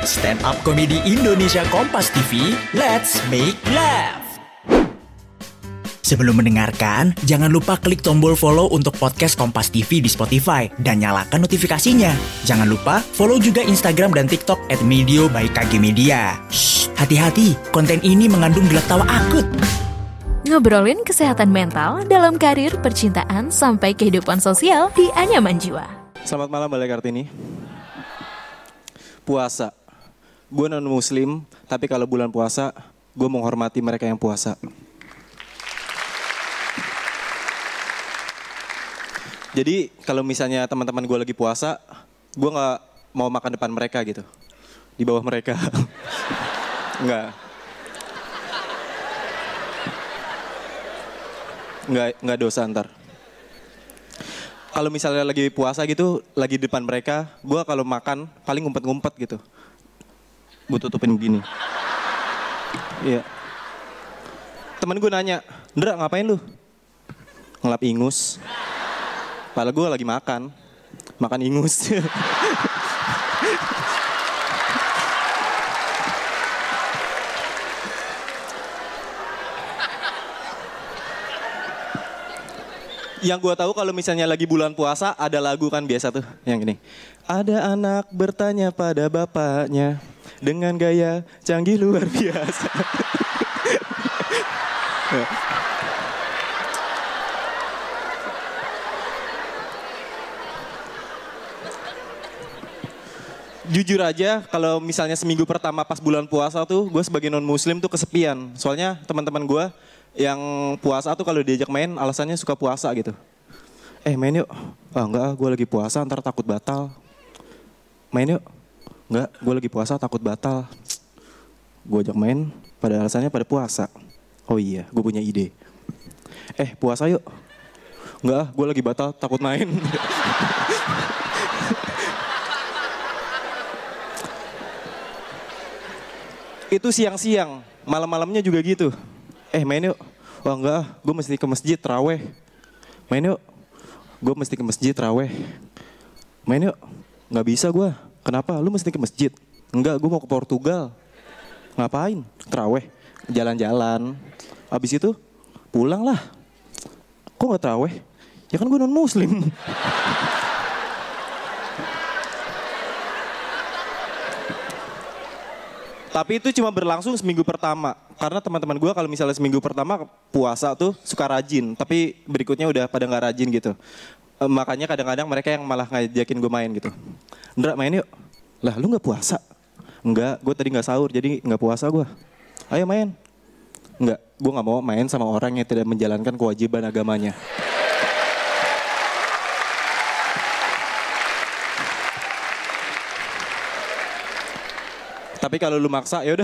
Stand Up Comedy Indonesia Kompas TV, let's make laugh. Sebelum mendengarkan, jangan lupa klik tombol follow untuk podcast Kompas TV di Spotify dan nyalakan notifikasinya. Jangan lupa follow juga Instagram dan TikTok @medio by KG Media. Shh, hati-hati, konten ini mengandung gelak tawa akut. Ngobrolin kesehatan mental dalam karir, percintaan, sampai kehidupan sosial di Anyaman Jiwa. Selamat malam Balai Kartini. Puasa. Gue non-muslim, tapi kalau bulan puasa, gue menghormati mereka yang puasa. Jadi kalau misalnya teman-teman gue lagi puasa, gue gak mau makan depan mereka gitu. Di bawah mereka. Enggak dosa ntar. Kalau misalnya lagi puasa gitu, lagi di depan mereka, gue kalau makan paling ngumpet-ngumpet gitu. Gue tutupin begini. Iya. Temen gue nanya, Ndra ngapain lu? Ngelap ingus. Padahal gue lagi makan ingus. Yang gue tahu kalau misalnya lagi bulan puasa ada lagu kan biasa tuh yang ini. Ada anak bertanya pada bapaknya dengan gaya canggih luar biasa. Jujur aja kalau misalnya seminggu pertama pas bulan puasa tuh gue sebagai non muslim tuh kesepian. Soalnya teman-teman gue yang puasa tuh kalau diajak main alasannya suka puasa gitu. Main yuk. Enggak, gue lagi puasa ntar takut batal. Main yuk. Enggak, gue lagi puasa takut batal. Gue ajak main pada alasannya pada puasa. Oh iya, gue punya ide. Puasa yuk. Enggak, gue lagi batal takut main. Itu siang-siang, malam-malamnya juga gitu. Main yuk. Wah enggak, gue mesti ke masjid terawih. Main yuk. Gue mesti ke masjid terawih. Main yuk. Nggak bisa gue. Kenapa? Lu mesti ke masjid. Enggak, gue mau ke Portugal. Ngapain? Terawih. Jalan-jalan. Abis itu pulang lah. Kok nggak terawih? Ya kan gue non muslim. Tapi itu cuma berlangsung seminggu pertama. Karena teman-teman gue kalau misalnya seminggu pertama puasa tuh suka rajin. Tapi berikutnya udah pada gak rajin gitu. Makanya kadang-kadang mereka yang malah ngajakin gue main gitu. Ndra main yuk. Lah lu gak puasa? Enggak, gue tadi gak sahur jadi gak puasa gue. Ayo main. Enggak, gue gak mau main sama orang yang tidak menjalankan kewajiban agamanya. Tapi kalau lu maksa ya udah.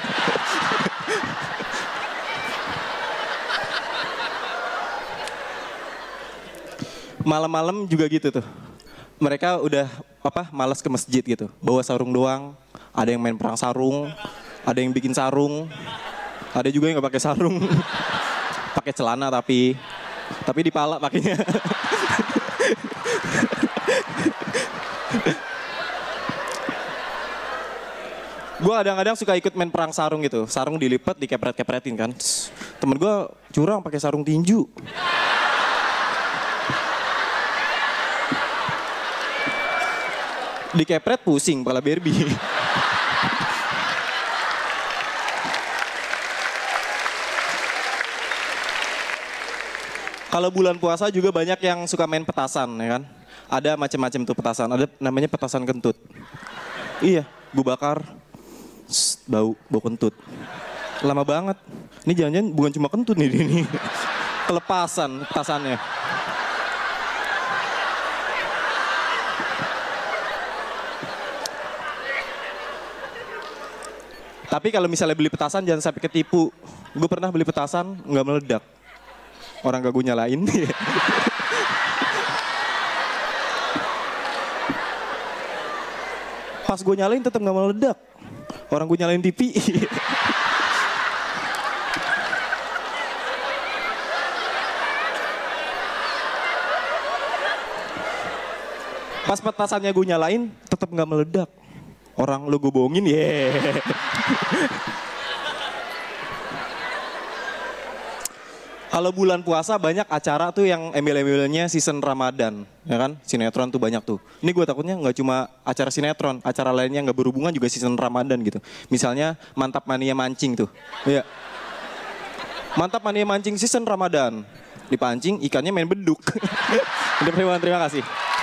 Malam-malam juga gitu tuh. Mereka udah malas ke masjid gitu. Bawa sarung doang. Ada yang main perang sarung, ada yang bikin sarung. Ada juga yang enggak pakai sarung. Pakai celana tapi di pala pakainya. Gue kadang-kadang suka ikut main perang sarung gitu. Sarung dilipat, dikepret-kepretin kan. Temen gue curang pakai sarung tinju. Dikepret pusing kepala Barbie. Kalau bulan puasa juga banyak yang suka main petasan ya kan. Ada macam-macam tuh petasan. Ada namanya petasan kentut. Iya, gue bakar. Bau kentut. Lama banget. Ini jangan-jangan bukan cuma kentut nih ini. Kelepasan petasannya. Tapi kalau misalnya beli petasan jangan sampai ketipu. Gue pernah beli petasan nggak meledak. Orang gak gue nyalain. Pas gue nyalain tetap nggak meledak. Orang gue nyalain TV. Pas petasannya gue nyalain, tetap nggak meledak. Orang lu gue bohongin ye. Kalau bulan puasa banyak acara tuh yang embel-embelnya season Ramadan, ya kan? Sinetron tuh banyak tuh. Ini gue takutnya nggak cuma acara sinetron, acara lainnya nggak berhubungan juga season Ramadan gitu. Misalnya Mantap Mania Mancing tuh. Iya. Mantap Mania Mancing season Ramadan. Dipancing ikannya main beduk. Terima kasih.